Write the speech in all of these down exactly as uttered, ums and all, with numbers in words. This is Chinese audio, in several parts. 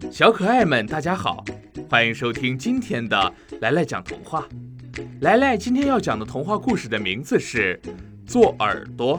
小可爱们，大家好，欢迎收听今天的来来讲童话。来来今天要讲的童话故事的名字是做耳朵。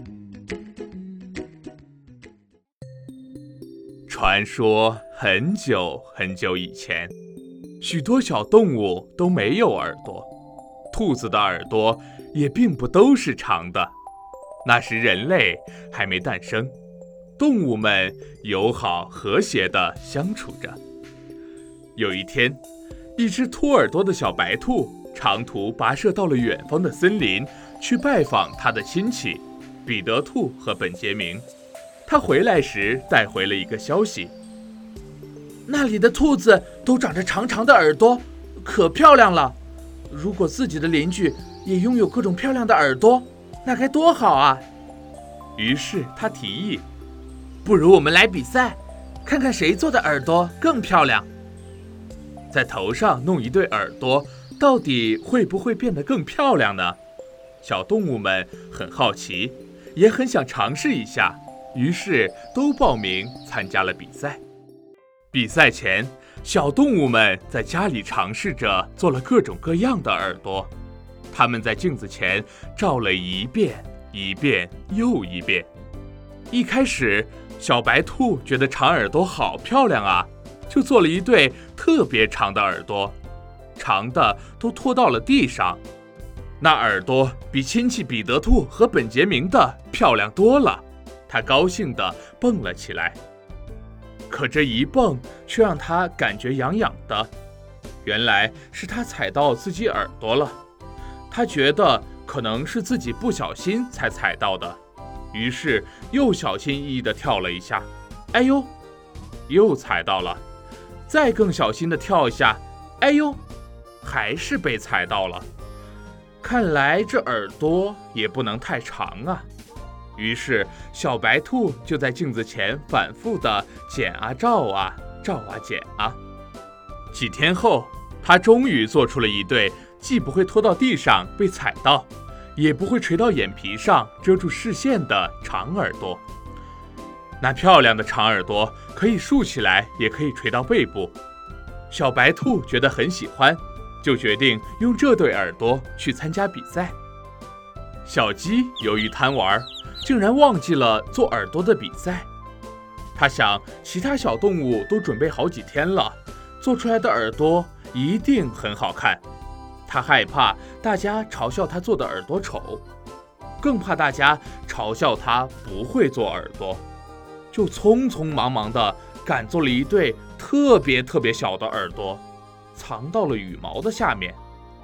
传说很久很久以前，许多小动物都没有耳朵，兔子的耳朵也并不都是长的。那时人类还没诞生，动物们友好和谐地相处着。有一天，一只秃耳朵的小白兔长途跋涉到了远方的森林，去拜访他的亲戚彼得兔和本杰明。他回来时带回了一个消息： 那里的兔子都长着长长的耳朵，可漂亮了。如果自己的邻居也拥有各种漂亮的耳朵，那该多好啊！ 于是他提议， 不如我们来比赛，看看谁做的耳朵更漂亮。 在头上弄一对耳朵，到底会不会变得更漂亮呢？小动物们很好奇，也很想尝试一下，于是都报名参加了比赛。比赛前，小动物们在家里尝试着做了各种各样的耳朵。他们在镜子前照了一遍一遍又一遍。一开始，小白兔觉得长耳朵好漂亮啊，就做了一对特别长的耳朵，长的都拖到了地上。那耳朵比亲戚彼得兔和本杰明的漂亮多了，他高兴地蹦了起来。可这一蹦却让他感觉痒痒的，原来是他踩到自己耳朵了。他觉得可能是自己不小心才踩到的，于是又小心翼翼地跳了一下，哎呦，又踩到了，再更小心地跳一下，哎呦，还是被踩到了。看来这耳朵也不能太长啊。于是小白兔就在镜子前反复地剪啊照啊照啊剪啊。几天后，他终于做出了一对既不会拖到地上被踩到，也不会垂到眼皮上遮住视线的长耳朵。那漂亮的长耳朵可以竖起来，也可以垂到背部。小白兔觉得很喜欢，就决定用这对耳朵去参加比赛。小鸡由于贪玩，竟然忘记了做耳朵的比赛。他想，其他小动物都准备好几天了，做出来的耳朵一定很好看。他害怕大家嘲笑他做的耳朵丑，更怕大家嘲笑他不会做耳朵，就匆匆忙忙地赶做了一对特别特别小的耳朵，藏到了羽毛的下面。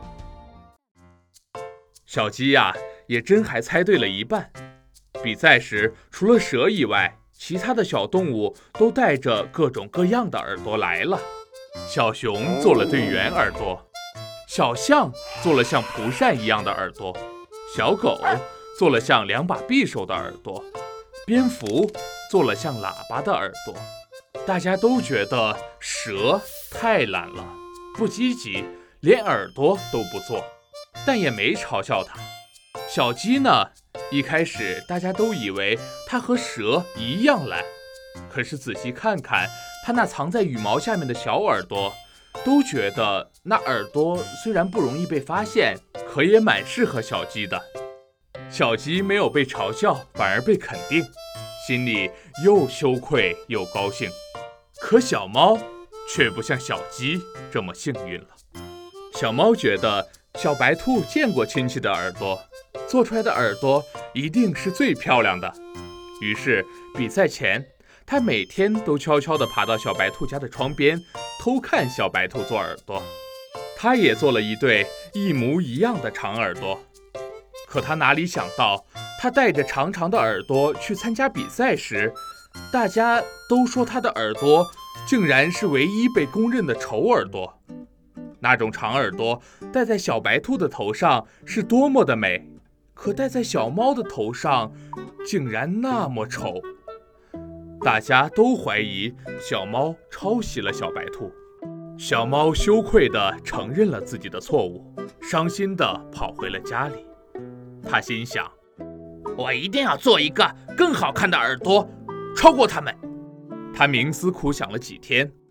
小鸡呀、啊，也真还猜对了一半。比赛时，除了蛇以外，其他的小动物都带着各种各样的耳朵来了。小熊做了对圆耳朵，小象做了像蒲扇一样的耳朵，小狗做了像两把匕首的耳朵，蝙蝠做了像喇叭的耳朵。大家都觉得蛇太懒了，不积极，连耳朵都不做，但也没嘲笑它。小鸡呢，一开始大家都以为它和蛇一样懒，可是仔细看看它那藏在羽毛下面的小耳朵，都觉得那耳朵虽然不容易被发现，可也蛮适合小鸡的。小鸡没有被嘲笑，反而被肯定，心里又羞愧又高兴。可小猫却不像小鸡这么幸运了。小猫觉得小白兔见过亲戚的耳朵，做出来的耳朵一定是最漂亮的。于是比赛前，他每天都悄悄地爬到小白兔家的窗边，偷看小白兔做耳朵。他也做了一对一模一样的长耳朵。可他哪里想到，他带着长长的耳朵去参加比赛时，大家都说他的耳朵竟然是唯一被公认的丑耳朵。那种长耳朵戴在小白兔的头上是多么的美，可戴在小猫的头上竟然那么丑。大家都怀疑小猫抄袭了小白兔。小猫羞愧地承认了自己的错误，伤心地跑回了家里。他心想， 我一定要做一个更好看的耳朵，超过他们。 他冥思苦想了几天，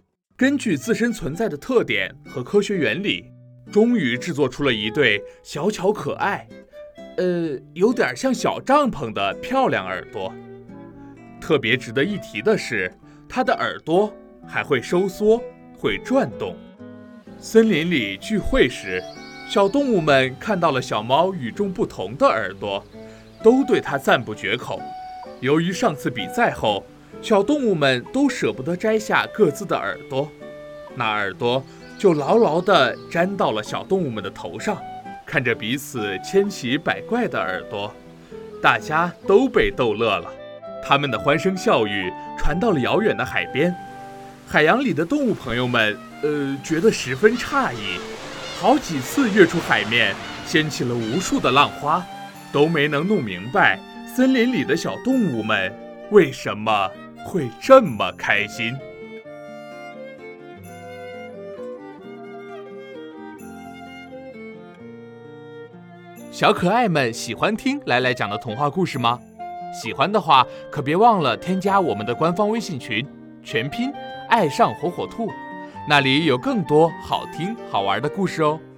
根据自身存在的特点和科学原理，终于制作出了一对小巧可爱，呃，有点像小帐篷的漂亮耳朵。特别值得一提的是，它的耳朵还会收缩，会转动。森林里聚会时，小动物们看到了小猫与众不同的耳朵，都对它赞不绝口。由于上次比赛后，小动物们都舍不得摘下各自的耳朵，那耳朵就牢牢地粘到了小动物们的头上。看着彼此千奇百怪的耳朵，大家都被逗乐了。他们的欢声笑语传到了遥远的海边，海洋里的动物朋友们，呃，觉得十分诧异，好几次跃出海面，掀起了无数的浪花，都没能弄明白森林里的小动物们为什么会这么开心。小可爱们喜欢听来来讲的童话故事吗？喜欢的话，可别忘了添加我们的官方微信群，全拼爱上火火兔，那里有更多好听好玩的故事哦。